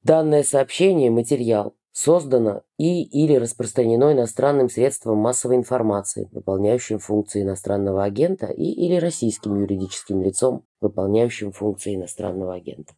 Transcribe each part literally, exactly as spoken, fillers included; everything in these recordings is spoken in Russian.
Данное сообщение, материал, создано и или распространено иностранным средством массовой информации, выполняющим функции иностранного агента, и или российским юридическим лицом, выполняющим функции иностранного агента.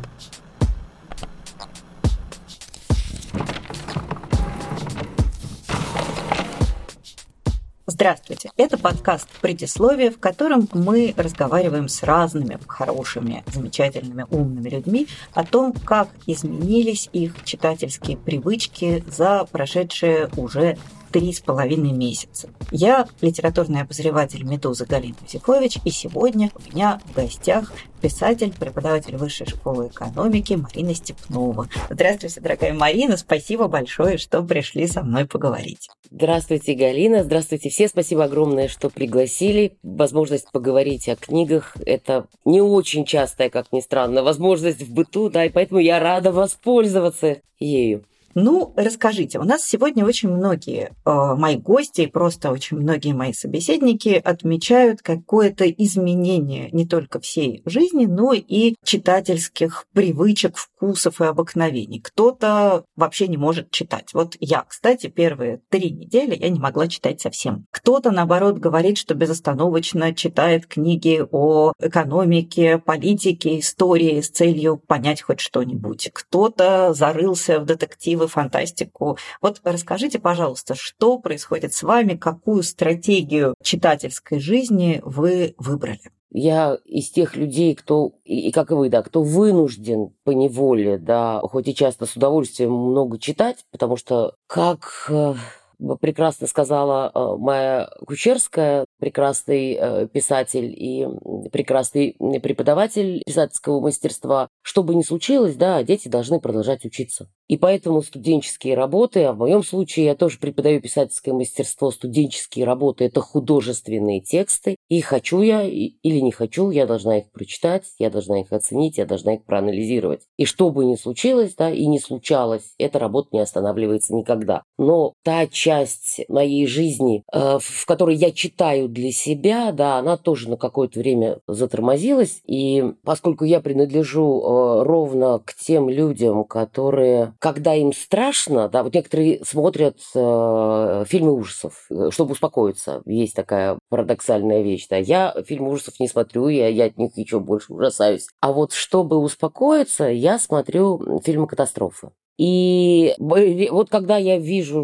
Здравствуйте! Это подкаст «Предисловие», в котором мы разговариваем с разными хорошими, замечательными, умными людьми о том, как изменились их читательские привычки за прошедшие уже три с половиной месяца. Я литературный обозреватель «Медузы» Галина Юзефович, и сегодня у меня в гостях писатель, преподаватель Высшей школы экономики Марина Степнова. Здравствуйте, дорогая Марина, спасибо большое, что пришли со мной поговорить. Здравствуйте, Галина, здравствуйте все, спасибо огромное, что пригласили. Возможность поговорить о книгах – это не очень частая, как ни странно, возможность в быту, да, и поэтому я рада воспользоваться ею. Ну, расскажите, у нас сегодня очень многие э, мои гости и просто очень многие мои собеседники отмечают какое-то изменение не только всей жизни, но и читательских привычек, вкусов и обыкновений. Кто-то вообще не может читать. Вот я, кстати, первые три недели я не могла читать совсем. Кто-то, наоборот, говорит, что безостановочно читает книги о экономике, политике, истории с целью понять хоть что-нибудь. Кто-то зарылся в детективы, фантастику. Вот расскажите, пожалуйста, что происходит с вами, какую стратегию читательской жизни вы выбрали? Я из тех людей, кто, и как и вы, да, кто вынужден поневоле, да, хоть и часто с удовольствием много читать, потому что, как прекрасно сказала Майя Кучерская, прекрасный писатель и прекрасный преподаватель писательского мастерства, что бы ни случилось, да, дети должны продолжать учиться. И поэтому студенческие работы, а в моем случае я тоже преподаю писательское мастерство, студенческие работы – это художественные тексты, и хочу я или не хочу, я должна их прочитать, я должна их оценить, я должна их проанализировать. И что бы ни случилось, да, и не случалось, эта работа не останавливается никогда. Но та часть моей жизни, в которой я читаю для себя, да, она тоже на какое-то время затормозилась, и поскольку я принадлежу ровно к тем людям, которые, когда им страшно, да, вот некоторые смотрят э, фильмы ужасов, чтобы успокоиться. Есть такая парадоксальная вещь, да. Я фильмы ужасов не смотрю, я, я от них еще больше ужасаюсь. А вот чтобы успокоиться, я смотрю фильмы катастрофы. И вот когда я вижу,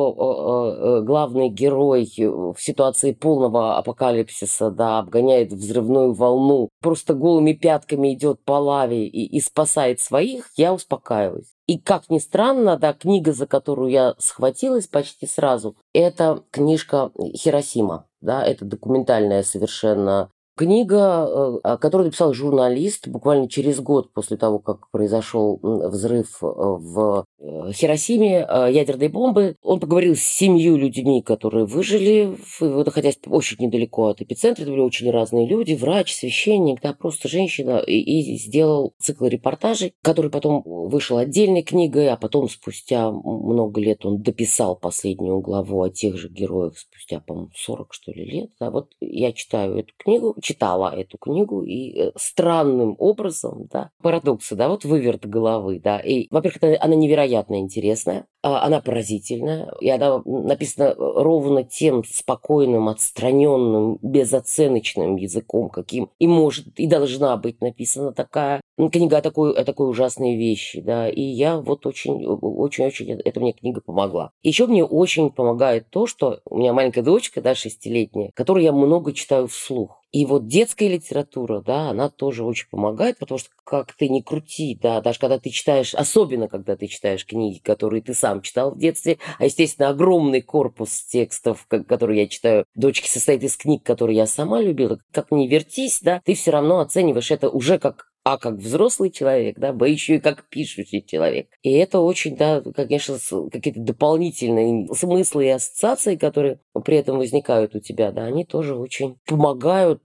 что главный герой в ситуации полного апокалипсиса, да, обгоняет взрывную волну, просто голыми пятками идет по лаве и, и спасает своих, я успокаиваюсь. И, как ни странно, да, книга, за которую я схватилась почти сразу, это книжка «Хиросима». Да, это документальная совершенно книга, которую написал журналист буквально через год после того, как произошел взрыв в Хиросиме ядерной бомбы. Он поговорил с семью людьми, которые выжили, находясь очень недалеко от эпицентра. Это были очень разные люди, врач, священник, да, просто женщина, и, и сделал цикл репортажей, который потом вышел отдельной книгой, а потом спустя много лет он дописал последнюю главу о тех же героях спустя, по-моему, сорок, что ли, лет. Да, вот я читаю эту книгу, читала эту книгу, и странным образом, да, парадоксы, да, вот выверт головы, да, и, во-первых, она невероятно интересная, она поразительная, и она написана ровно тем спокойным, отстраненным, безоценочным языком, каким и может, и должна быть написана такая книга о такой, о такой ужасной вещи, да, и я вот очень, очень-очень, эта мне книга помогла. Еще мне очень помогает то, что у меня маленькая дочка, да, шестилетняя, которую я много читаю вслух. И вот детская литература, да, она тоже очень помогает, потому что как ты ни крути, да, даже когда ты читаешь, особенно когда ты читаешь книги, которые ты сам читал в детстве, а, естественно, огромный корпус текстов, который я читаю, дочки, состоит из книг, которые я сама любила, как ни вертись, да, ты все равно оцениваешь это уже как А как взрослый человек, да, б еще и как пишущий человек. И это очень, да, конечно, какие-то дополнительные смыслы и ассоциации, которые при этом возникают у тебя, да, они тоже очень помогают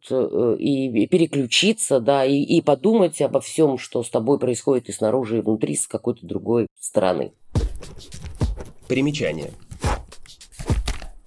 и переключиться, да, и, и подумать обо всем, что с тобой происходит и снаружи, и внутри, с какой-то другой стороны. Примечание.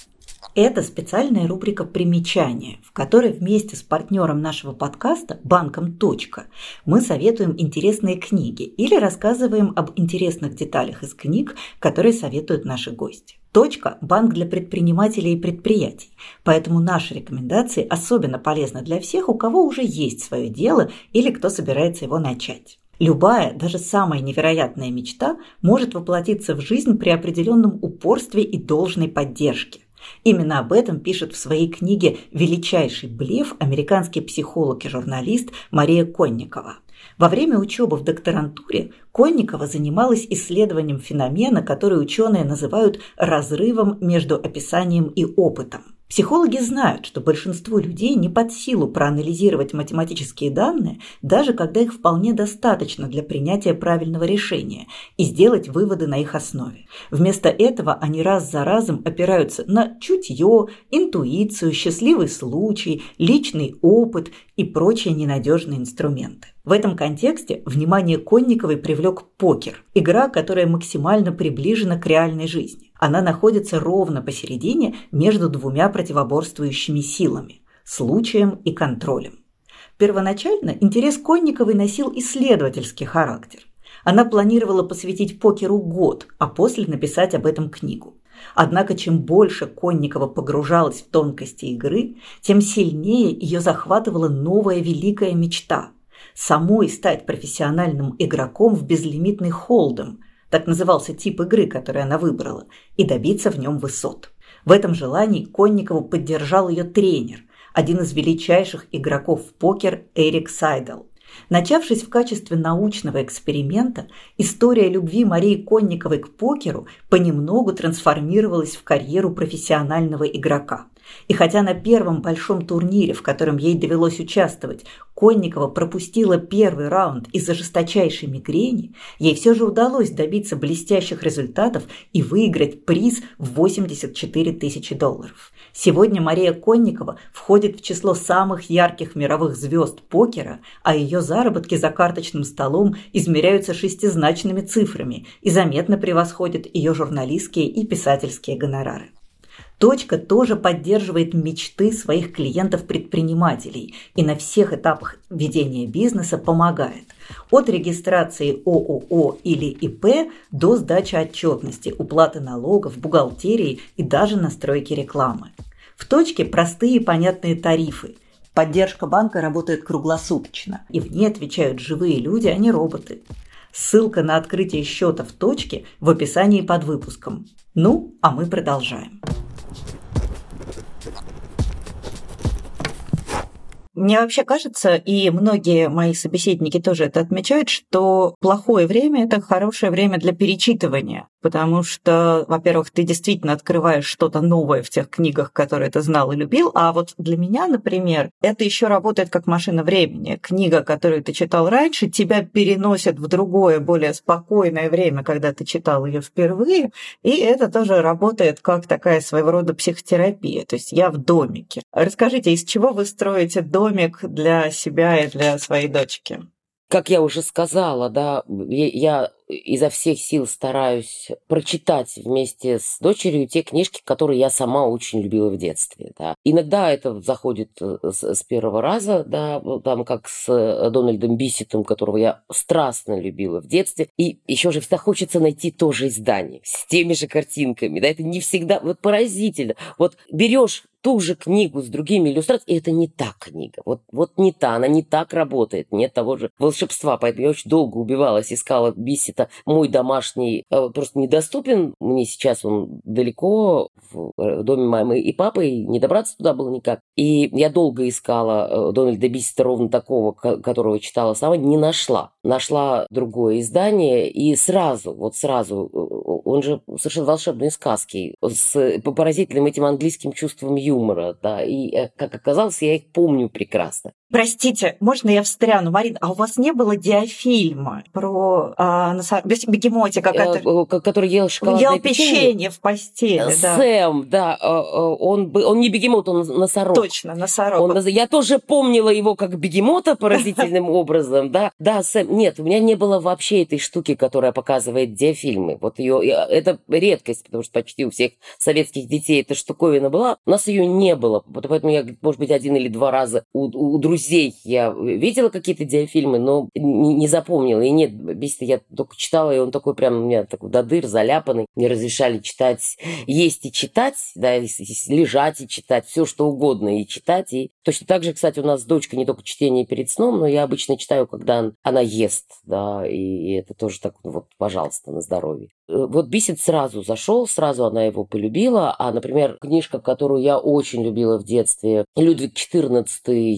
Это специальная рубрика «Примечания», в которой вместе с партнером нашего подкаста, банком «Точка», мы советуем интересные книги или рассказываем об интересных деталях из книг, которые советуют наши гости. «Точка» – банк для предпринимателей и предприятий, поэтому наши рекомендации особенно полезны для всех, у кого уже есть свое дело или кто собирается его начать. Любая, даже самая невероятная мечта может воплотиться в жизнь при определенном упорстве и должной поддержке. Именно об этом пишет в своей книге «Величайший блеф» американский психолог и журналист Мария Конникова. Во время учебы в докторантуре Конникова занималась исследованием феномена, который ученые называют разрывом между описанием и опытом. Психологи знают, что большинству людей не под силу проанализировать математические данные, даже когда их вполне достаточно для принятия правильного решения и сделать выводы на их основе. Вместо этого они раз за разом опираются на чутье, интуицию, счастливый случай, личный опыт и прочие ненадежные инструменты. В этом контексте внимание Конниковой привлек покер – игра, которая максимально приближена к реальной жизни. Она находится ровно посередине между двумя противоборствующими силами – случаем и контролем. Первоначально интерес Конниковой носил исследовательский характер. Она планировала посвятить покеру год, а после написать об этом книгу. Однако чем больше Конникова погружалась в тонкости игры, тем сильнее ее захватывала новая великая мечта – самой стать профессиональным игроком в безлимитный холдем, так назывался тип игры, который она выбрала, и добиться в нем высот. В этом желании Конникову поддержал ее тренер, один из величайших игроков в покер Эрик Сайдл. Начавшись в качестве научного эксперимента, история любви Марии Конниковой к покеру понемногу трансформировалась в карьеру профессионального игрока. И хотя на первом большом турнире, в котором ей довелось участвовать, Конникова пропустила первый раунд из-за жесточайшей мигрени, ей все же удалось добиться блестящих результатов и выиграть приз в восемьдесят четыре тысячи долларов. Сегодня Мария Конникова входит в число самых ярких мировых звезд покера, а ее заработки за карточным столом измеряются шестизначными цифрами и заметно превосходят ее журналистские и писательские гонорары. «Точка» тоже поддерживает мечты своих клиентов-предпринимателей и на всех этапах ведения бизнеса помогает. От регистрации ООО или ИП до сдачи отчетности, уплаты налогов, бухгалтерии и даже настройки рекламы. В «Точке» простые и понятные тарифы. Поддержка банка работает круглосуточно, и в ней отвечают живые люди, а не роботы. Ссылка на открытие счета в «Точке» в описании под выпуском. Ну, а мы продолжаем. Мне вообще кажется, и многие мои собеседники тоже это отмечают, что плохое время – это хорошее время для перечитывания, потому что, во-первых, ты действительно открываешь что-то новое в тех книгах, которые ты знал и любил, а вот для меня, например, это еще работает как машина времени. Книга, которую ты читал раньше, тебя переносит в другое, более спокойное время, когда ты читал ее впервые, и это тоже работает как такая своего рода психотерапия, то есть я в домике. Расскажите, из чего вы строите домик для себя и для своей дочки? Как я уже сказала, да, я изо всех сил стараюсь прочитать вместе с дочерью те книжки, которые я сама очень любила в детстве. Да. Иногда это заходит с, с первого раза, да, там как с Дональдом Биссетом, которого я страстно любила в детстве. И еще же всегда хочется найти тоже издание с теми же картинками. Да, это не всегда, вот поразительно. Вот берешь ту же книгу с другими иллюстрациями, и это не та книга. Вот, вот не та, она не так работает, нет того же волшебства. Поэтому я очень долго убивалась, искала Биссета. Мой домашний э, просто недоступен. Мне сейчас он далеко, в доме мамы и папы, и не добраться туда было никак. И я долго искала э, Дональда Биссета ровно такого, которого читала сама, не нашла. Нашла другое издание, и сразу, вот сразу, он же совершенно волшебные сказки, с поразительным этим английским чувством юмора, да, и, как оказалось, я их помню прекрасно. Простите, можно я встряну, Марин, а у вас не было диафильма про а, носор... бегемотика, который... который ел шоколадное ел печенье? печенье в постели, да. Сэм, да, он, он не бегемот, он носорог. Точно, носорог. Он, я тоже помнила его как бегемота поразительным образом, да. Да, Сэм, нет, у меня не было вообще этой штуки, которая показывает диафильмы. Вот ее, это редкость, потому что почти у всех советских детей эта штуковина была. У нас ее не было, поэтому я, может быть, один или два раза у, у друзей я видела какие-то диафильмы, но не, не запомнила. И нет, бесит, я только читала, и он такой прям у меня такой до дыр, заляпанный. Мне разрешали читать, есть и читать, да, и, и лежать и читать, все что угодно и читать. И точно так же, кстати, у нас дочка не только чтение перед сном, но я обычно читаю, когда она ест, да, и, и это тоже так, вот, пожалуйста, на здоровье. Вот Бисет сразу зашел, сразу она его полюбила, а, например, книжка, которую я очень любила в детстве, Людвиг четырнадцатый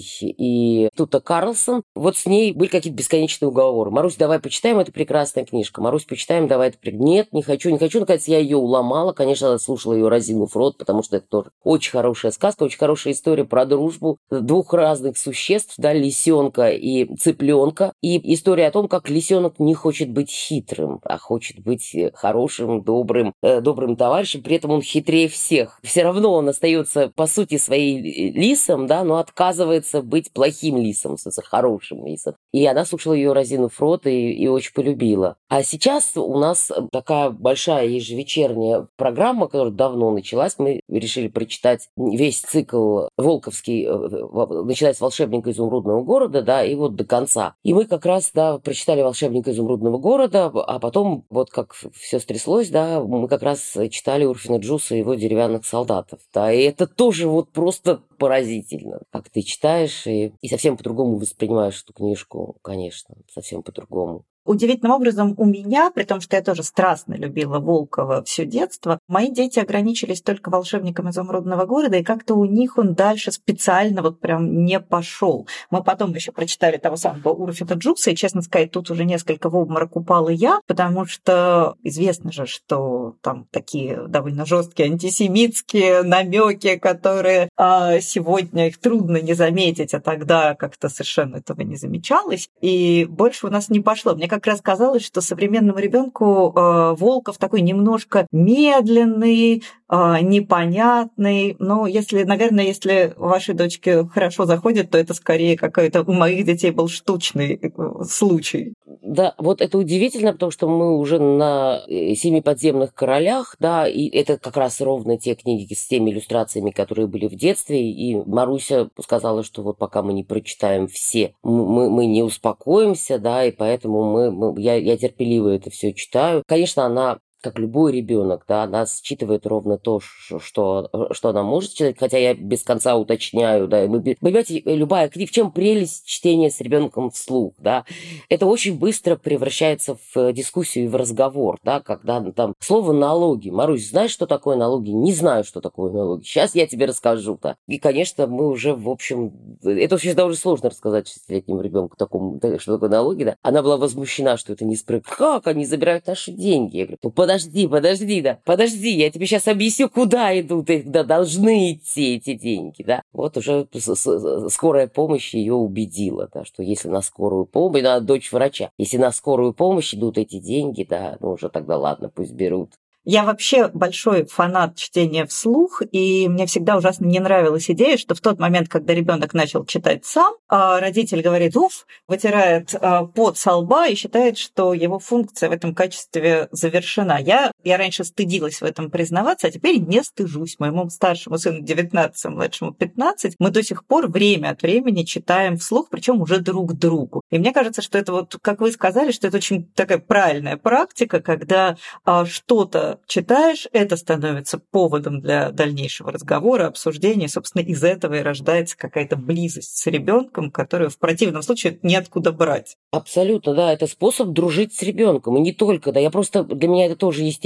и Тута Карлсон, вот с ней были какие-то бесконечные уговоры. Марусь, давай почитаем, это прекрасная книжка. Марусь, почитаем, давай это... Нет, не хочу, не хочу. Наконец, я ее уломала. Конечно, я слушала ее разинув рот, потому что это тоже очень хорошая сказка, очень хорошая история про дружбу двух разных существ, да, лисенка и цыпленка. И история о том, как лисенок не хочет быть хитрым, а хочет быть хорошим, добрым, э, добрым товарищем. При этом он хитрее всех. Все равно он остается, по сути, своей лисом, да, но отказывается быть плохим лисом, хорошим лисом. И она слушала ее разинув рот и, и очень полюбила. А сейчас у нас такая большая ежевечерняя программа, которая давно началась. Мы решили прочитать весь цикл Волковский, начиная с «Волшебника изумрудного города», да, и вот до конца. И мы как раз, да, прочитали «Волшебника изумрудного города», а потом, вот как все стряслось, да, мы как раз читали Урфина Джюса и его «Деревянных солдатов». Да, и это тоже вот просто поразительно, как ты читаешь и, и совсем по-другому воспринимаешь эту книжку, конечно, совсем по-другому. Удивительным образом у меня, при том, что я тоже страстно любила Волкова все детство, мои дети ограничились только «Волшебником изумрудного города», и как-то у них он дальше специально вот прям не пошел. Мы потом еще прочитали того самого Урфина Джюса, и, честно сказать, тут уже несколько в обморок упала я, потому что известно же, что там такие довольно жесткие антисемитские намеки, которые а, сегодня их трудно не заметить, а тогда как-то совершенно этого не замечалось, и больше у нас не пошло. Мне как раз казалось, что современному ребенку э, Волков такой немножко медленный, э, непонятный. Но если, наверное, если вашей дочке хорошо заходит, то это скорее какой-то у моих детей был штучный случай. Да, вот это удивительно, потому что мы уже на «Семи подземных королях», да, и это как раз ровно те книги с теми иллюстрациями, которые были в детстве, и Маруся сказала, что вот пока мы не прочитаем все, мы, мы не успокоимся, да, и поэтому мы Мы, я, я терпеливо это все читаю. Конечно, она, как любой ребенок, да, она считывает ровно то, что, что она может читать, хотя я без конца уточняю, да. Вы понимаете, любая книга, в чем прелесть чтения с ребенком вслух, да, это очень быстро превращается в дискуссию и в разговор, да, когда там слово «налоги». Марусь, знаешь, что такое налоги? Не знаю, что такое налоги. Сейчас я тебе расскажу, да. И, конечно, мы уже, в общем, это очень довольно сложно рассказать шестилетнему ребенку такому, что такое налоги, да. Она была возмущена, что это несправедливо. Как они забирают наши деньги? Я говорю, ну, подожди, подожди, да, подожди, я тебе сейчас объясню, куда идут, куда должны идти эти деньги, да. Вот уже скорая помощь ее убедила, да, что если на скорую помощь, она дочь врача, если на скорую помощь идут эти деньги, да, ну уже тогда ладно, пусть берут. Я вообще большой фанат чтения вслух, и мне всегда ужасно не нравилась идея, что в тот момент, когда ребенок начал читать сам, родитель говорит «уф», вытирает пот со лба и считает, что его функция в этом качестве завершена. Я, я раньше стыдилась в этом признаваться, а теперь не стыжусь. Моему старшему сыну девятнадцать, младшему пятнадцать, мы до сих пор время от времени читаем вслух, причем уже друг другу. И мне кажется, что это вот, как вы сказали, что это очень такая правильная практика, когда что-то читаешь, это становится поводом для дальнейшего разговора, обсуждения. Собственно, из этого и рождается какая-то близость с ребенком, которую в противном случае неоткуда брать. Абсолютно, да, это способ дружить с ребенком. И не только, да, я просто, для меня это тоже естественно.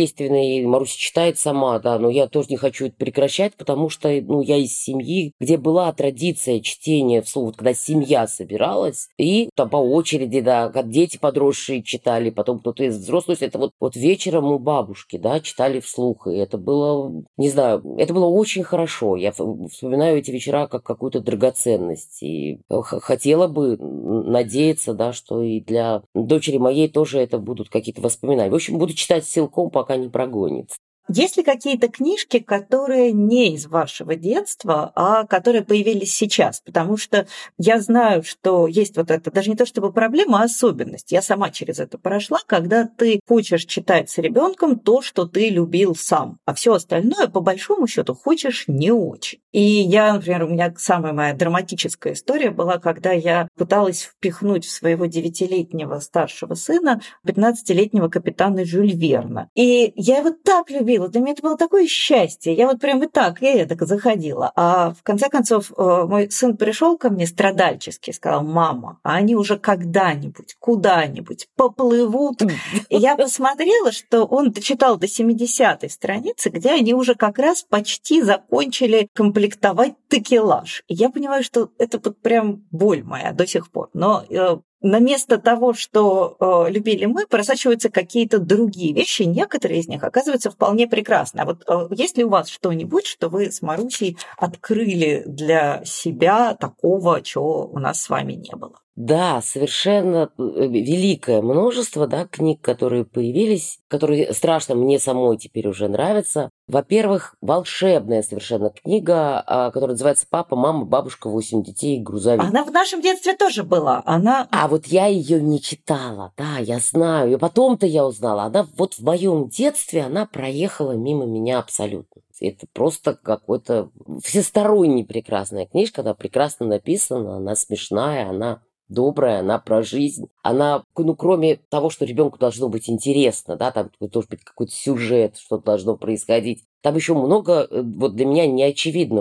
естественно, и Маруся читает сама, да, но я тоже не хочу это прекращать, потому что, ну, я из семьи, где была традиция чтения вслух, вот когда семья собиралась, и там по очереди, да, как дети подросшие читали, потом кто-то из взрослых, это вот, вот вечером у бабушки, да, читали вслух, и это было, не знаю, это было очень хорошо. Я вспоминаю эти вечера как какую-то драгоценность, и хотела бы надеяться, да, что и для дочери моей тоже это будут какие-то воспоминания. В общем, буду читать силком, пока не прогонится. Есть ли какие-то книжки, которые не из вашего детства, а которые появились сейчас? Потому что я знаю, что есть вот это, даже не то чтобы проблема, а особенность. Я сама через это прошла, когда ты хочешь читать с ребенком то, что ты любил сам, а все остальное, по большому счету, хочешь не очень. И я, например, у меня самая моя драматическая история была, когда я пыталась впихнуть в своего девятилетнего старшего сына пятнадцатилетнего капитана Жюль Верна. И я его так любила. Для меня это было такое счастье. Я вот прям и так, я так заходила. А в конце концов мой сын пришел ко мне страдальчески и сказал: мама, а они уже когда-нибудь, куда-нибудь поплывут. И я посмотрела, что он дочитал до семидесятой страницы, где они уже как раз почти закончили комплектовать такелаж. И я понимаю, что это вот прям боль моя до сих пор. Но на место того, что э, любили мы, просачиваются какие-то другие вещи. Некоторые из них оказываются вполне прекрасны. А вот э, есть ли у вас что-нибудь, что вы с Марусей открыли для себя такого, чего у нас с вами не было? Да, совершенно великое множество, да, книг, которые появились, которые страшно мне самой теперь уже нравятся. Во-первых, волшебная совершенно книга, которая называется «Папа, мама, бабушка, восемь детей, грузовик». Она в нашем детстве тоже была. Она... А вот я ее не читала, да, я знаю. И потом-то я узнала. Она вот в моем детстве она проехала мимо меня абсолютно. Это просто какой-то всесторонне прекрасная книжка. Она прекрасно написана, она смешная, она добрая, она про жизнь. Она, ну, кроме того, что ребенку должно быть интересно, да, там должен быть какой-то сюжет, что должно происходить. Там еще много, вот для меня неочевидно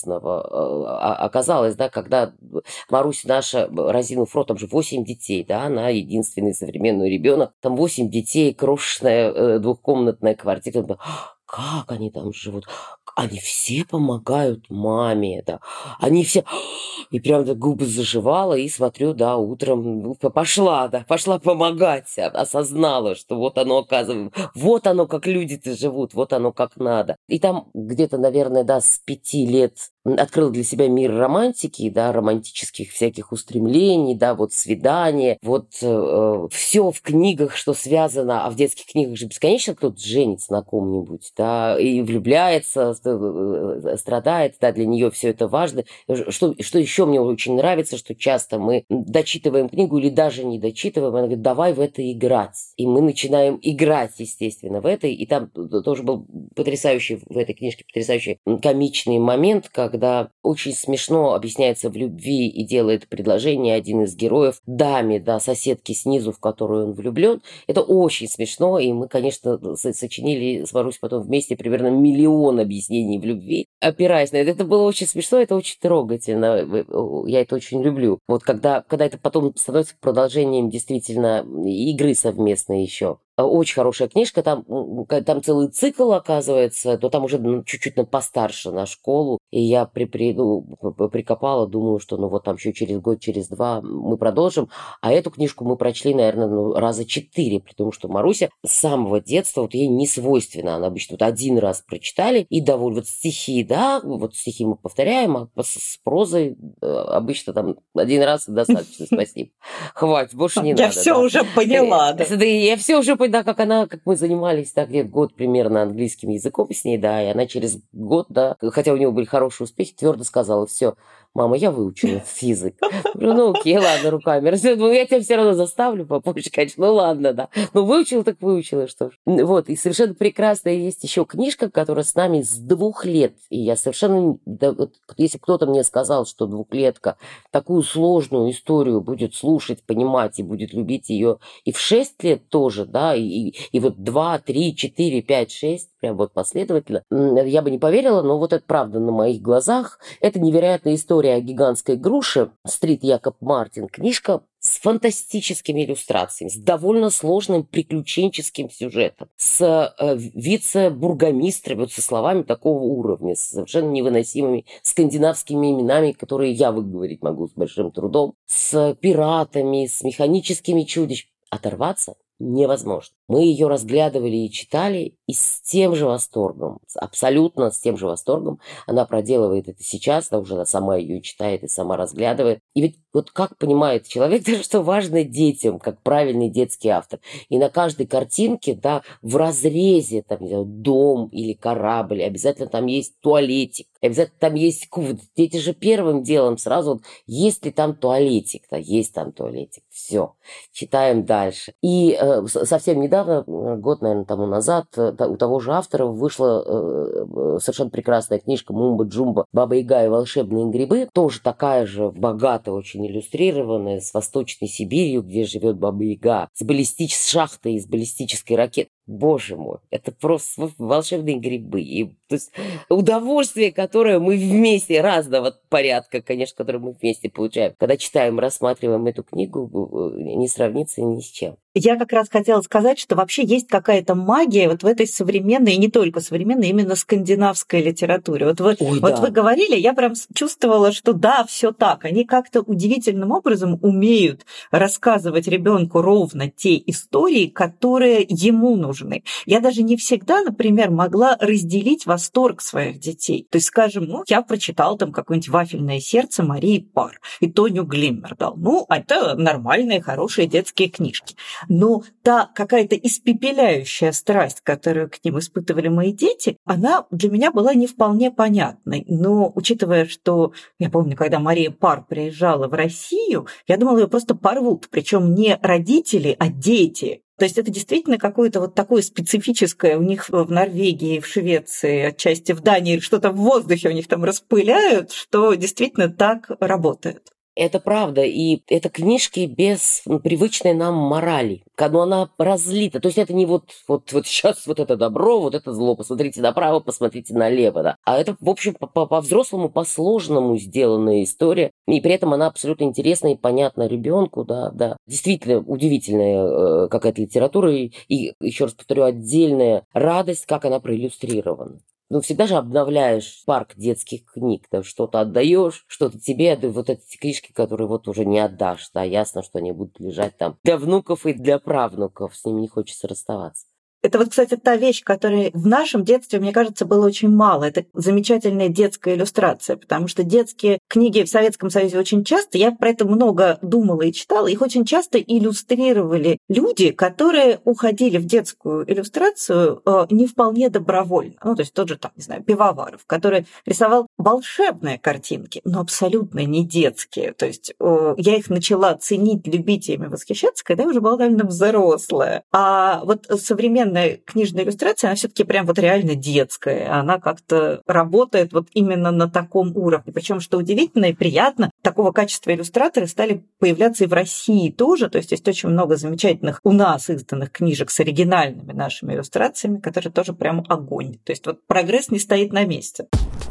полезного оказалось, да, когда Маруся наша, разинув рот, там же восемь детей, да, она единственный современный ребенок, там восемь детей, крошечная двухкомнатная квартира. Как они там живут? Они все помогают маме, да. Они все... И прям так губы заживала, и смотрю, да, утром ну, пошла, да, пошла помогать, осознала, что вот оно, оказывается, вот оно, как люди-то живут, вот оно, как надо. И там где-то, наверное, да, с пяти лет открыл для себя мир романтики, да, романтических всяких устремлений, да, вот свидания, вот э, все в книгах, что связано, а в детских книгах же бесконечно кто-то женится на ком-нибудь, да, и влюбляется, страдает, да, для нее все это важно. Что, что еще мне очень нравится, что часто мы дочитываем книгу или даже не дочитываем, она говорит: давай в это играть. И мы начинаем играть, естественно, в это, и там тоже был потрясающий, в этой книжке потрясающий комичный момент, когда очень смешно объясняется в любви и делает предложение один из героев даме, да, соседке снизу, в которую он влюблен. Это очень смешно, и мы, конечно, сочинили с Марусей потом вместе примерно миллион объяснений в любви, опираясь на это. Это было очень смешно, это очень трогательно. Я это очень люблю. Вот когда, когда это потом становится продолжением действительно игры совместной еще. Очень хорошая книжка, там, там целый цикл, оказывается, то там уже ну, чуть-чуть ну, постарше на школу, и я при, при, ну, прикопала, думаю, что ну вот там еще через год, через два мы продолжим, а эту книжку мы прочли, наверное, ну, раза четыре, потому что Маруся с самого детства, вот ей не свойственно, она обычно вот один раз прочитали, и довольно, вот стихи, да, вот стихи мы повторяем, а с, с прозой обычно там один раз достаточно, спасибо, хватит, больше не надо. Я все уже поняла, да. Я все уже поняла. Да, как она, как мы занимались, так где-то год примерно английским языком с ней, да, и она через год, да, хотя у нее были хорошие успехи, твердо сказала: все, мама, я выучила этот язык. Ну, окей, ладно, руками. Я тебя все равно заставлю попозже, конечно. Ну, ладно, да. Ну, выучила, так выучила, что ж. Вот, и совершенно прекрасная есть еще книжка, которая с нами с двух лет. И я совершенно... Да, вот, если кто-то мне сказал, что двухлетка такую сложную историю будет слушать, понимать и будет любить ее и в шесть лет тоже, да, и, и, и вот два, три, четыре, пять, шесть, прям вот последовательно, я бы не поверила, но вот это правда на моих глазах. Это невероятная история о гигантской груше. Стрит Якоб Мартин. Книжка с фантастическими иллюстрациями, с довольно сложным приключенческим сюжетом, с э, вице-бургомистрами, вот со словами такого уровня, с совершенно невыносимыми скандинавскими именами, которые я выговорить могу с большим трудом, с пиратами, с механическими чудищами. Оторваться невозможно. Мы ее разглядывали и читали, и с тем же восторгом, абсолютно с тем же восторгом она проделывает это сейчас, она уже она сама ее читает и сама разглядывает. И ведь вот как понимает человек, что важно детям, как правильный детский автор. И на каждой картинке, да, в разрезе, там, не знаю, дом или корабль, обязательно там есть туалетик, обязательно там есть кухня. Дети же первым делом сразу, вот, есть ли там туалетик, да, есть там туалетик, все, читаем дальше. И э, совсем недавно, год, наверное, тому назад, у того же автора вышла э, совершенно прекрасная книжка «Мумба-Джумба. Баба-Яга и волшебные грибы». Тоже такая же богатая, очень иллюстрированная, с Восточной Сибирью, где живет Баба-Яга, с баллистической шахтой, с баллистической ракетой. Боже мой, это просто волшебные грибы. И, то есть удовольствие, которое мы вместе, разного порядка, конечно, которое мы вместе получаем, когда читаем, рассматриваем эту книгу, не сравнится ни с чем. Я как раз хотела сказать, что вообще есть какая-то магия вот в этой современной, и не только современной, именно скандинавской литературе. Вот вы, Ой, вот да. вы говорили, я прям чувствовала, что да, все так. Они как-то удивительным образом умеют рассказывать ребенку ровно те истории, которые ему нужны. Я даже не всегда, например, могла разделить восторг своих детей. То есть, скажем, ну, я прочитал там какое-нибудь «Вафельное сердце» Марии Пар и Тоню Глиммердал. Ну, это нормальные, хорошие детские книжки. Но та какая-то испепеляющая страсть, которую к ним испытывали мои дети, она для меня была не вполне понятной. Но учитывая, что я помню, когда Мария Пар приезжала в Россию, я думала, ее просто порвут. Причем не родители, а дети. То есть это действительно какое-то вот такое специфическое у них в Норвегии, в Швеции, отчасти в Дании, что-то в воздухе у них там распыляют, что действительно так работает. Это правда, и это книжки без привычной нам морали, но она разлита. То есть это не вот, вот, вот сейчас вот это добро, вот это зло, посмотрите направо, посмотрите налево, да. А это, в общем, по-взрослому, по-сложному сделанная история, и при этом она абсолютно интересна и понятна ребенку, да, да. Действительно удивительная э, какая-то литература, и, и, еще раз повторю, отдельная радость, как она проиллюстрирована. Ну, всегда же обновляешь парк детских книг, да, что-то отдаешь, что-то тебе, да, вот эти книжки, которые вот уже не отдашь, да, ясно, что они будут лежать там для внуков и для правнуков, с ними не хочется расставаться. Это вот, кстати, та вещь, которой в нашем детстве, мне кажется, было очень мало. Это замечательная детская иллюстрация, потому что детские книги в Советском Союзе очень часто, я про это много думала и читала, их очень часто иллюстрировали люди, которые уходили в детскую иллюстрацию не вполне добровольно. Ну, то есть тот же, там, не знаю, Пивоваров, который рисовал волшебные картинки, но абсолютно не детские. То есть я их начала ценить, любить ими, восхищаться, когда я уже была довольно взрослая. А вот современная книжная иллюстрация, она все-таки прям вот реально детская. Она как-то работает вот именно на таком уровне. Причем, что удивительно и приятно, такого качества иллюстраторы стали появляться и в России тоже. То есть есть очень много замечательных у нас изданных книжек с оригинальными нашими иллюстрациями, которые тоже прям огонь. То есть вот прогресс не стоит на месте.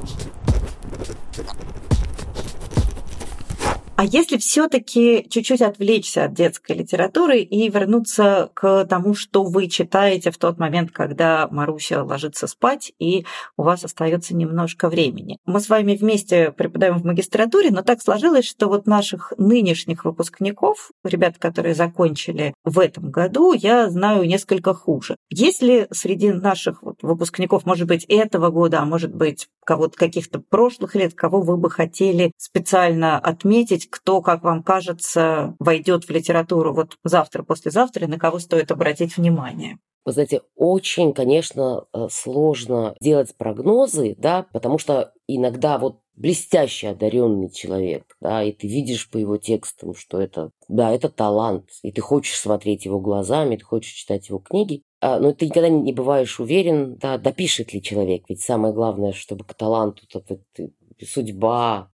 А если все-таки чуть-чуть отвлечься от детской литературы и вернуться к тому, что вы читаете в тот момент, когда Маруся ложится спать, и у вас остается немножко времени. Мы с вами вместе преподаем в магистратуре, но так сложилось, что вот наших нынешних выпускников, ребят, которые закончили в этом году, я знаю несколько хуже. Если среди наших вот выпускников, может быть, этого года, а может быть, кого-то каких-то прошлых лет, кого вы бы хотели специально отметить, кто, как вам кажется, войдет в литературу вот завтра, послезавтра, и на кого стоит обратить внимание? Вы знаете, очень, конечно, сложно делать прогнозы, да, потому что иногда вот блестяще одаренный человек, да, и ты видишь по его текстам, что это, да, это талант, и ты хочешь смотреть его глазами, ты хочешь читать его книги, но ты никогда не бываешь уверен, да, допишет ли человек, ведь самое главное, чтобы к таланту судьба,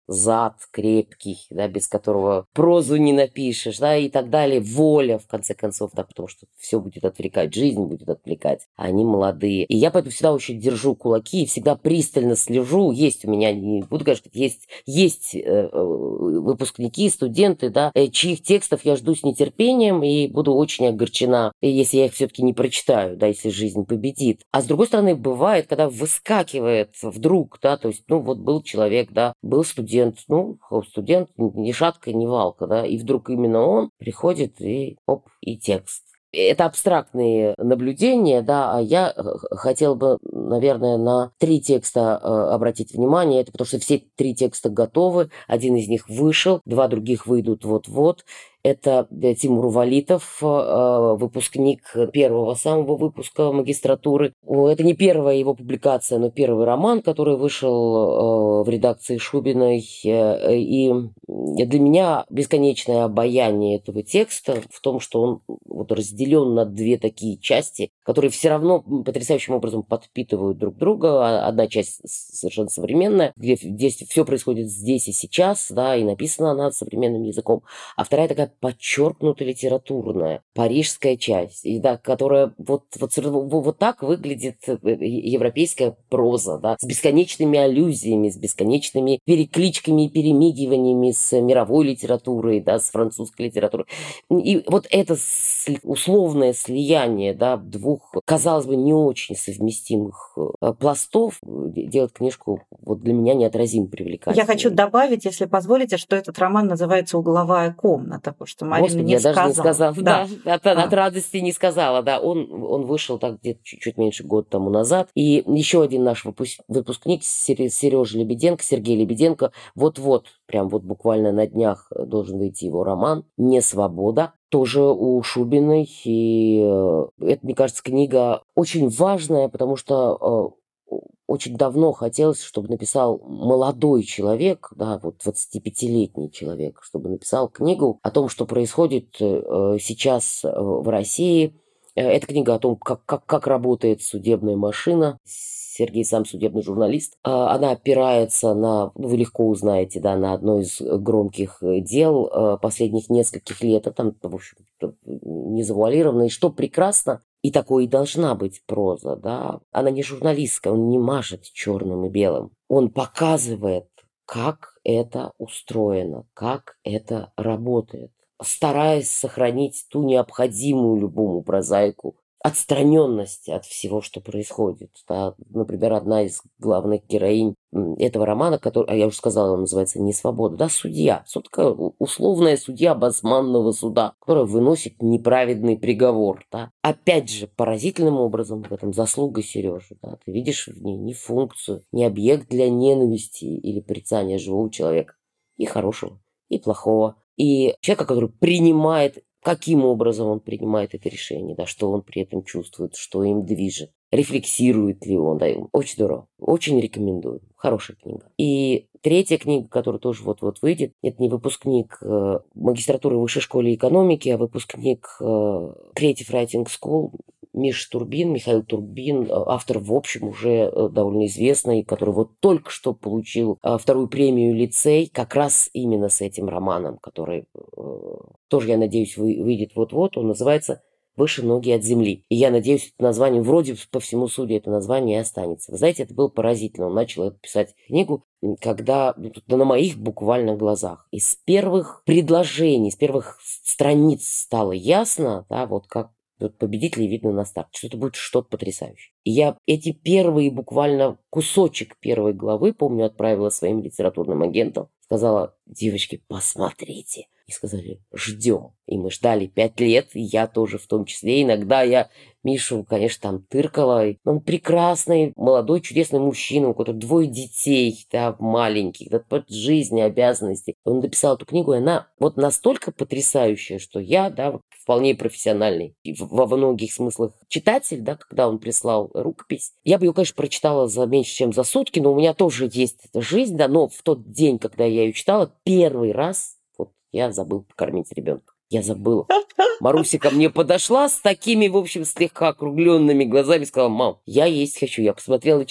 зад крепкий, да, без которого прозу не напишешь, да, и так далее, воля, в конце концов, да, потому что все будет отвлекать, жизнь будет отвлекать, а они молодые. И я поэтому всегда очень держу кулаки и всегда пристально слежу. Есть у меня, не буду говорить, есть, есть э, выпускники, студенты, да, э, чьих текстов я жду с нетерпением и буду очень огорчена, если я их все-таки не прочитаю, да, если жизнь победит. А с другой стороны, бывает, когда выскакивает вдруг, да, то есть, ну, вот был человек, да, был студент, ну, студент, ни шатка, ни валка, да, и вдруг именно он приходит и, оп, и текст. Это абстрактные наблюдения, да, а я хотела бы, наверное, на три текста обратить внимание. Это потому что все три текста готовы, один из них вышел, два других выйдут вот-вот. Это Тимур Валитов, выпускник первого самого выпуска магистратуры. Это не первая его публикация, но первый роман, который вышел в редакции Шубиной. И для меня бесконечное обаяние этого текста в том, что он вот разделен на две такие части, которые все равно потрясающим образом подпитывают друг друга. Одна часть совершенно современная, где все происходит здесь и сейчас, да, и написана она современным языком. А вторая такая подчеркнуто литературная, парижская часть, и, да, которая вот, вот, вот так выглядит европейская проза, да, с бесконечными аллюзиями, с бесконечными перекличками и перемигиваниями с мировой литературой, да, с французской литературой. И вот это условное слияние, да, двух, казалось бы, не очень совместимых пластов делает книжку вот для меня неотразимо привлекательной. Я хочу добавить, если позволите, что этот роман называется «Угловая комната», потому что Марина Господи, не я сказала. даже не сказала, да, да от, а. от радости не сказала, да, он, он вышел так где-то чуть-чуть меньше года тому назад, и еще один наш выпуск, выпускник, Сережа Лебеденко, Сергей Лебеденко, вот-вот, прям вот буквально на днях должен выйти его роман «Не свобода», тоже у Шубиной, и это, мне кажется, книга очень важная, потому что очень давно хотелось, чтобы написал молодой человек, да, вот двадцатипятилетний человек, чтобы написал книгу о том, что происходит сейчас в России. Это книга о том, как, как, как работает судебная машина. Сергей сам судебный журналист. Она опирается на, ну, вы легко узнаете, да, на одно из громких дел последних нескольких лет. А там, в общем, не завуалировано. И что прекрасно, и такой и должна быть проза, да. Она не журналистская, он не мажет черным и белым. Он показывает, как это устроено, как это работает, стараясь сохранить ту необходимую любому прозаику отстраненность от всего, что происходит. Да. Например, одна из главных героинь этого романа, который, а я уже сказала, он называется «Не свобода», да, судья. Что такое условная судья басманного суда, которая выносит неправедный приговор. Да. Опять же, поразительным образом в этом заслуга Сережи. Да. Ты видишь в ней не функцию, не объект для ненависти или порицания живого человека. И хорошего, и плохого. И человека, который принимает, каким образом он принимает это решение, да, что он при этом чувствует, что им движет, рефлексирует ли он, да, очень здорово, очень рекомендую, хорошая книга. И третья книга, которая тоже вот-вот выйдет, это не выпускник э, магистратуры Высшей школы экономики, а выпускник э, Creative Writing School, Миша Турбин, Михаил Турбин, автор, в общем, уже довольно известный, который вот только что получил вторую премию «Лицей» как раз именно с этим романом, который тоже, я надеюсь, выйдет вот-вот. Он называется «Выше ноги от земли». И я надеюсь, это название, вроде по всему суде, это название и останется. Вы знаете, это было поразительно. Он начал писать книгу, когда да, на моих буквально глазах. Из первых предложений, из первых страниц стало ясно, да, вот как победителей видно на старте, что это будет что-то потрясающее. И я эти первые, буквально кусочек первой главы, помню, отправила своим литературным агентам, сказала: девочки, посмотрите. И сказали: ждем. И мы ждали пять лет, и я тоже в том числе. Иногда я Мишу, конечно, там тыркала. Он прекрасный, молодой, чудесный мужчина, у которого двое детей, да, маленьких, да, под жизни, обязанности. Он написал эту книгу, и она вот настолько потрясающая, что я, да, вполне профессиональный, во многих смыслах читатель, да, когда он прислал рукопись. Я бы ее, конечно, прочитала за меньше, чем за сутки, но у меня тоже есть эта жизнь, да, но в тот день, когда я ее читала, первый раз вот я забыл покормить ребенка. Я забыла. Маруся ко мне подошла с такими, в общем, слегка округленными глазами и сказала: мам, я есть хочу. Я посмотрела на часы.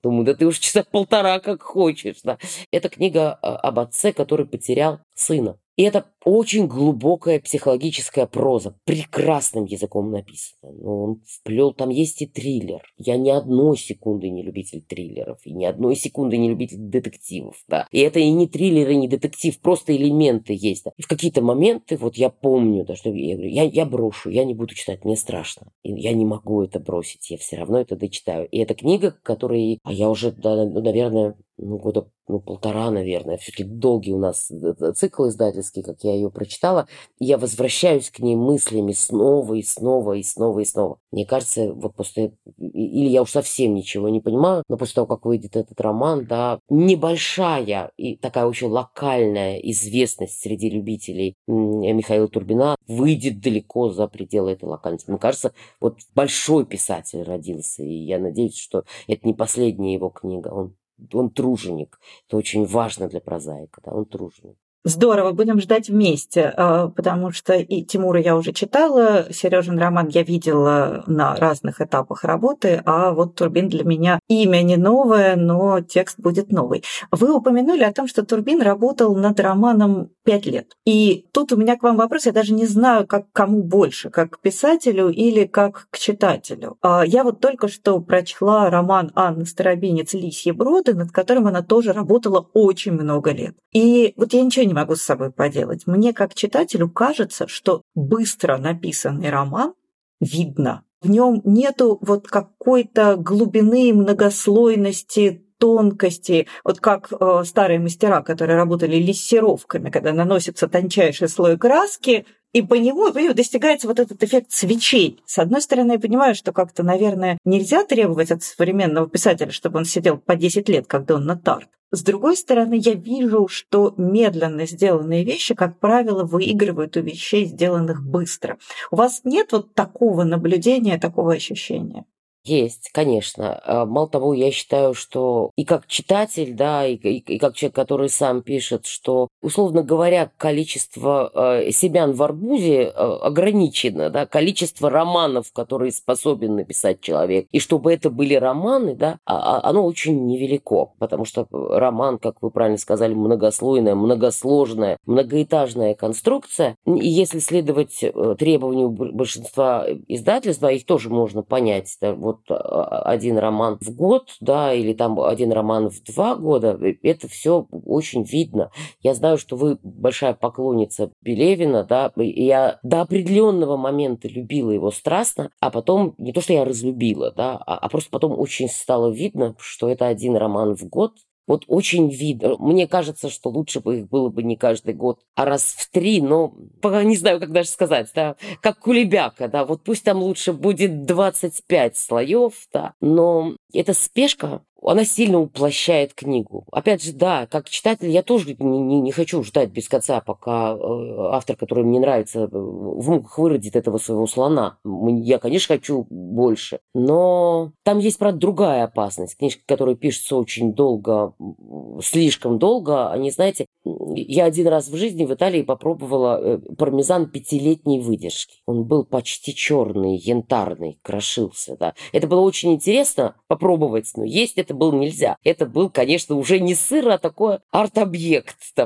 Думаю, да ты уж часа полтора как хочешь. Да. Это книга об отце, который потерял сына. И это очень глубокая психологическая проза, прекрасным языком написана. Но он вплел, там есть и триллер. Я ни одной секунды не любитель триллеров, и ни одной секунды не любитель детективов. Да. И это и не триллер, и не детектив, просто элементы есть. Да. И в какие-то моменты, вот я помню, да, что я говорю, я, я брошу, я не буду читать, мне страшно. И я не могу это бросить, я все равно это дочитаю. И это книга, которая, а я уже, да, наверное, ну, года ну, полтора, наверное. Все-таки долгий у нас цикл издательский, как я ее прочитала. И я возвращаюсь к ней мыслями снова и снова и снова и снова. Мне кажется, вот после... Или я уж совсем ничего не понимаю, но после того, как выйдет этот роман, да, небольшая и такая очень локальная известность среди любителей Михаила Турбина выйдет далеко за пределы этой локальности. Мне кажется, вот большой писатель родился, и я надеюсь, что это не последняя его книга. Он Он труженик. Это очень важно для прозаика. Да? Он труженик. Здорово, будем ждать вместе, потому что и Тимура я уже читала, Сережин роман я видела на разных этапах работы, а вот Турбин для меня имя не новое, но текст будет новый. Вы упомянули о том, что Турбин работал над романом пять лет. И тут у меня к вам вопрос, я даже не знаю, как кому больше, как к писателю или как к читателю. Я вот только что прочла роман Анны Старобинец «Лисьи броды», над которым она тоже работала очень много лет. И вот я ничего не могу с собой поделать. Мне, как читателю, кажется, что быстро написанный роман видно. В нем нету вот какой-то глубины, многослойности, тонкости, вот как э, старые мастера, которые работали лессировками, когда наносится тончайший слой краски, и по нему, по нему достигается вот этот эффект свечей. С одной стороны, я понимаю, что как-то, наверное, нельзя требовать от современного писателя, чтобы он сидел по десять лет, как Донна Тарт. С другой стороны, я вижу, что медленно сделанные вещи, как правило, выигрывают у вещей, сделанных быстро. У вас нет вот такого наблюдения, такого ощущения? Есть, конечно. Мало того, я считаю, что и как читатель, да, и, и, и как человек, который сам пишет, что, условно говоря, количество э, семян в арбузе э, ограничено, да, количество романов, которые способен написать человек, и чтобы это были романы, да, а, а, оно очень невелико, потому что роман, как вы правильно сказали, многослойная, многосложная, многоэтажная конструкция, и если следовать требованию большинства издательств, да, их тоже можно понять, да, вот один роман в год, да, или там один роман в два года, это все очень видно. Я знаю, что вы большая поклонница Пелевина, да, и я до определенного момента любила его страстно, а потом, не то что я разлюбила, да, а, а просто потом очень стало видно, что это один роман в год. Вот очень видно. Мне кажется, что лучше бы их было бы не каждый год, а раз в три, но пока не знаю, как даже сказать, да, как Кулебяка, да, вот пусть там лучше будет двадцать пять слоев, да, но эта спешка, она сильно уплощает книгу. Опять же, да, как читатель я тоже не, не, не хочу ждать без конца, пока э, автор, который мне нравится, в муках выродит этого своего слона. Я, конечно, хочу больше. Но там есть, правда, другая опасность. Книжки, которые пишутся очень долго, слишком долго, они, знаете, я один раз в жизни в Италии попробовала пармезан пятилетней выдержки. Он был почти черный, янтарный, крошился, да. Это было очень интересно попробовать, но есть это было нельзя. Это был, конечно, уже не сыр, а такой арт-объект. Да.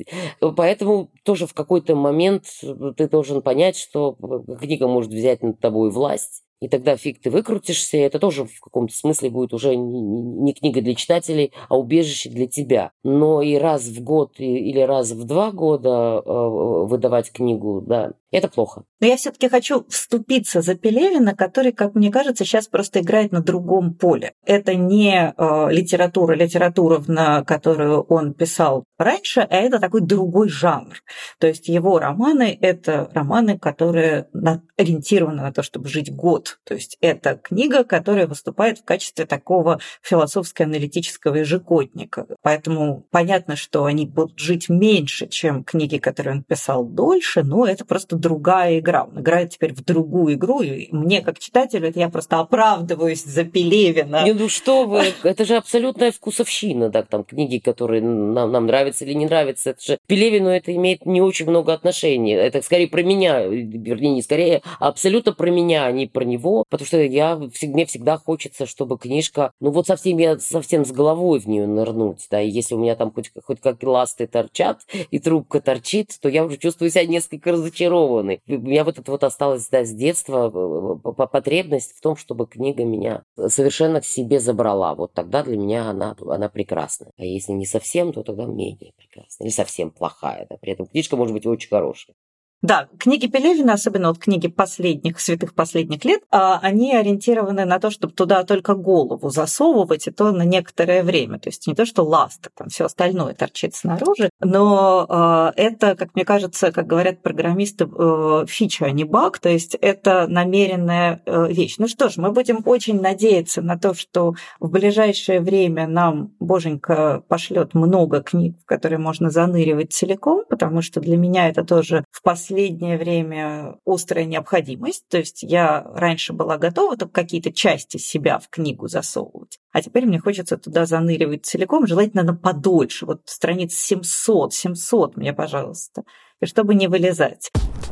Поэтому тоже в какой-то момент ты должен понять, что книга может взять над тобой власть. И тогда фиг ты выкрутишься, это тоже в каком-то смысле будет уже не, не, не книга для читателей, а убежище для тебя. Но и раз в год или раз в два года э, выдавать книгу, да, это плохо. Но я все-таки хочу вступиться за Пелевина, который, как мне кажется, сейчас просто играет на другом поле. Это не э, литература, литература, на которую он писал раньше, а это такой другой жанр. То есть его романы – это романы, которые ориентированы на то, чтобы жить год. То есть это книга, которая выступает в качестве такого философско-аналитического ежегодника. Поэтому понятно, что они будут жить меньше, чем книги, которые он писал дольше, но это просто другая игра. Он играет теперь в другую игру, и мне, как читателю, это я просто оправдываюсь за Пелевина. Не, ну что вы, это же абсолютная вкусовщина, да, там книги, которые нам, нам нравятся или не нравятся. Это же Пелевину это имеет не очень много отношений. Это скорее про меня, вернее, не скорее, а абсолютно про меня, а не про него. Потому что я, мне всегда хочется, чтобы книжка, ну вот совсем я совсем с головой в нее нырнуть, да, и если у меня там хоть, хоть как ласты торчат и трубка торчит, то я уже чувствую себя несколько разочарованной. У меня вот это вот осталось, да, с детства потребность в том, чтобы книга меня совершенно к себе забрала. Вот тогда для меня она, она прекрасна. А если не совсем, то тогда менее прекрасна. Или совсем плохая. Да. При этом книжка может быть очень хорошая. Да, книги Пелевина, особенно вот книги последних, святых последних лет, они ориентированы на то, чтобы туда только голову засовывать, и то на некоторое время. То есть не то, что ластик, там все остальное торчит снаружи, но это, как мне кажется, как говорят программисты, фича, а не баг, то есть это намеренная вещь. Ну что ж, мы будем очень надеяться на то, что в ближайшее время нам Боженька пошлет много книг, в которые можно заныривать целиком, потому что для меня это тоже в последнее В последнее время острая необходимость. То есть я раньше была готова только какие-то части себя в книгу засовывать, а теперь мне хочется туда заныривать целиком, желательно на подольше. Вот страниц семьсот, семьсот мне, пожалуйста, и чтобы не вылезать.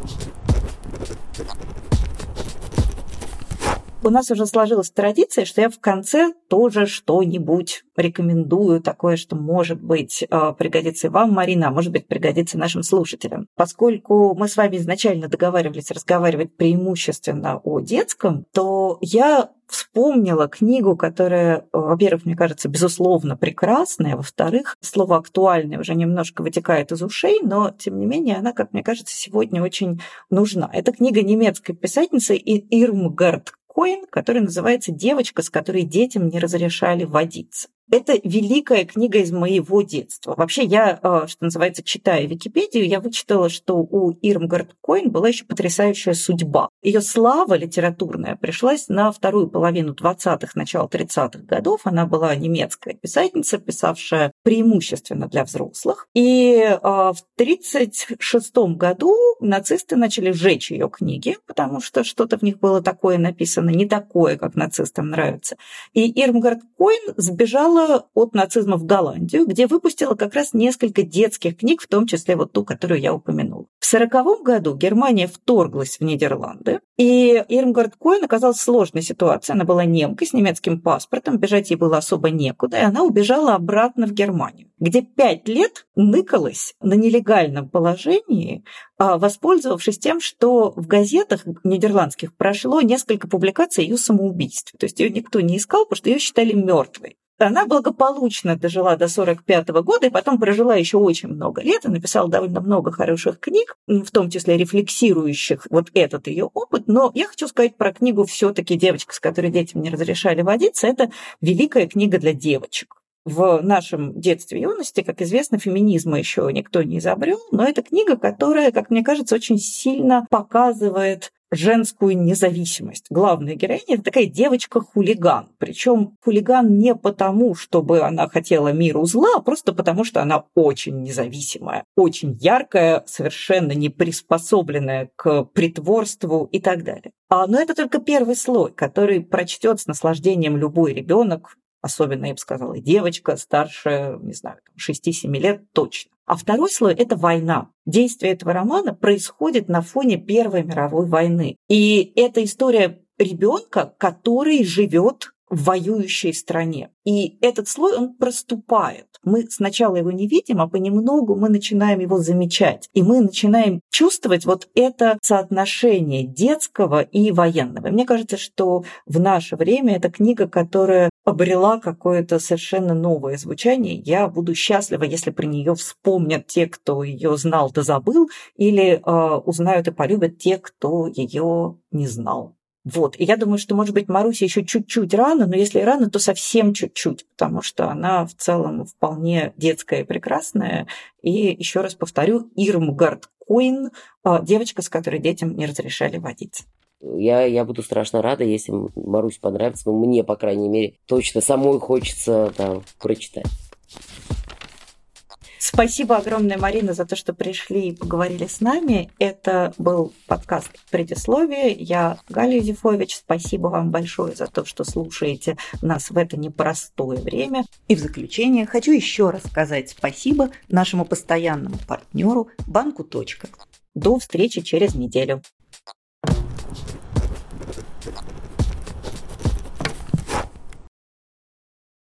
У нас уже сложилась традиция, что я в конце тоже что-нибудь рекомендую, такое, что, может быть, пригодится и вам, Марина, а может быть, пригодится нашим слушателям. Поскольку мы с вами изначально договаривались разговаривать преимущественно о детском, то я вспомнила книгу, которая, во-первых, мне кажется, безусловно прекрасная, во-вторых, слово «актуальное» уже немножко вытекает из ушей, но, тем не менее, она, как мне кажется, сегодня очень нужна. Это книга немецкой писательницы Ирмгард Койн, который называется «Девочка, с которой детям не разрешали водиться». Это великая книга из моего детства. Вообще, я, что называется, читая Википедию, я вычитала, что у Ирмгард Койн была еще потрясающая судьба. Ее слава литературная пришлась на вторую половину двадцатых, начало тридцатых годов. Она была немецкая писательница, писавшая преимущественно для взрослых. И в тридцать шестом году нацисты начали сжечь ее книги, потому что что-то в них было такое написано, не такое, как нацистам нравится. И Ирмгард Койн сбежала от нацизма в Голландию, где выпустила как раз несколько детских книг, в том числе вот ту, которую я упомянула. В сороковом году Германия вторглась в Нидерланды, и Ирмгард Койн оказалась в сложной ситуации. Она была немкой с немецким паспортом, бежать ей было особо некуда, и она убежала обратно в Германию, где пять лет ныкалась на нелегальном положении, воспользовавшись тем, что в газетах нидерландских прошло несколько публикаций о ее самоубийстве. То есть ее никто не искал, потому что ее считали мертвой. Она благополучно дожила до сорок пятого года и потом прожила еще очень много лет и написала довольно много хороших книг, в том числе рефлексирующих вот этот ее опыт. Но я хочу сказать про книгу все-таки «Девочка, с которой детям не разрешали водиться». Это великая книга для девочек. В нашем детстве и юности, как известно, феминизма еще никто не изобрел, но это книга, которая, как мне кажется, очень сильно показывает женскую независимость. Главная героиня – это такая девочка-хулиган. Причем хулиган не потому, чтобы она хотела миру зла, а просто потому, что она очень независимая, очень яркая, совершенно не приспособленная к притворству и так далее. Но это только первый слой, который прочтет с наслаждением любой ребенок, особенно, я бы сказала, и девочка старше, не знаю, шести-семи лет точно. А второй слой – это война. Действие этого романа происходит на фоне Первой мировой войны. И это история ребенка, который живет в воюющей стране. И этот слой, он проступает. Мы сначала его не видим, а понемногу мы начинаем его замечать. И мы начинаем чувствовать вот это соотношение детского и военного. И мне кажется, что в наше время это книга, которая обрела какое-то совершенно новое звучание. Я буду счастлива, если про нее вспомнят те, кто ее знал да забыл, или э, узнают и полюбят те, кто ее не знал. Вот, и я думаю, что, может быть, Марусе еще чуть-чуть рано, но если рано, то совсем чуть-чуть, потому что она в целом вполне детская и прекрасная. И еще раз повторю, Ирмгард Койн, девочка, с которой детям не разрешали водиться. Я, я буду страшно рада, если Марусе понравится, но мне, по крайней мере, точно самой хочется, да, прочитать. Спасибо огромное, Марина, за то, что пришли и поговорили с нами. Это был подкаст «Предисловие». Я Галя Юзефович. Спасибо вам большое за то, что слушаете нас в это непростое время. И в заключение хочу еще раз сказать спасибо нашему постоянному партнеру банку «Точка». До встречи через неделю.